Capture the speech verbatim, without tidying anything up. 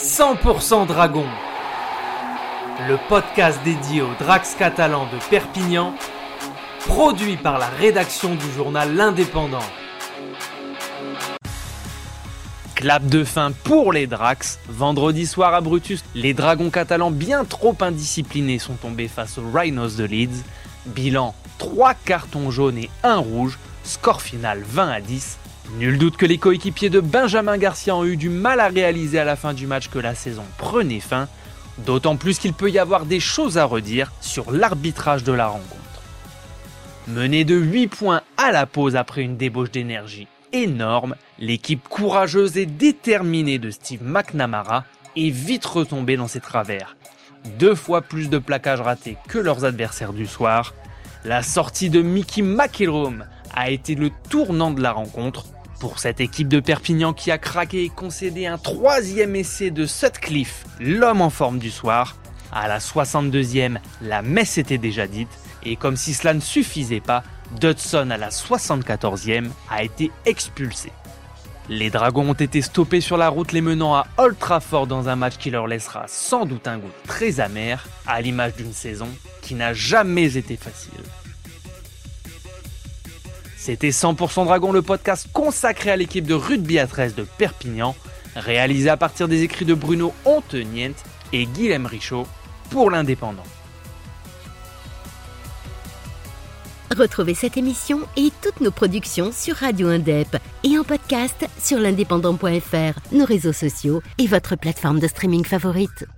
cent pour cent Dragon, le podcast dédié aux Drax catalans de Perpignan, produit par la rédaction du journal L'Indépendant. Clap de fin pour les Drax. Vendredi soir à Brutus, les Dragons catalans bien trop indisciplinés sont tombés face aux Rhinos de Leeds. Bilan, trois cartons jaunes et un rouge, score final vingt à dix. Nul doute que les coéquipiers de Benjamin Garcia ont eu du mal à réaliser à la fin du match que la saison prenait fin, d'autant plus qu'il peut y avoir des choses à redire sur l'arbitrage de la rencontre. Menée de huit points à la pause après une débauche d'énergie énorme, l'équipe courageuse et déterminée de Steve McNamara est vite retombée dans ses travers. Deux fois plus de plaquages ratés que leurs adversaires du soir, la sortie de Mickey McIlroy a été le tournant de la rencontre pour cette équipe de Perpignan qui a craqué et concédé un troisième essai de Sutcliffe, l'homme en forme du soir. À la soixante-deuxième, la messe était déjà dite et comme si cela ne suffisait pas, Dodson à la soixante-quatorzième a été expulsé. Les Dragons ont été stoppés sur la route les menant à Old Trafford dans un match qui leur laissera sans doute un goût très amer, à l'image d'une saison qui n'a jamais été facile. C'était cent pour cent Dragon, le podcast consacré à l'équipe de rugby à treize de Perpignan, réalisé à partir des écrits de Bruno Ontenient et Guilhem Richaud pour l'Indépendant. Retrouvez cette émission et toutes nos productions sur Radio Indep et en podcast sur l'indépendant point f r, nos réseaux sociaux et votre plateforme de streaming favorite.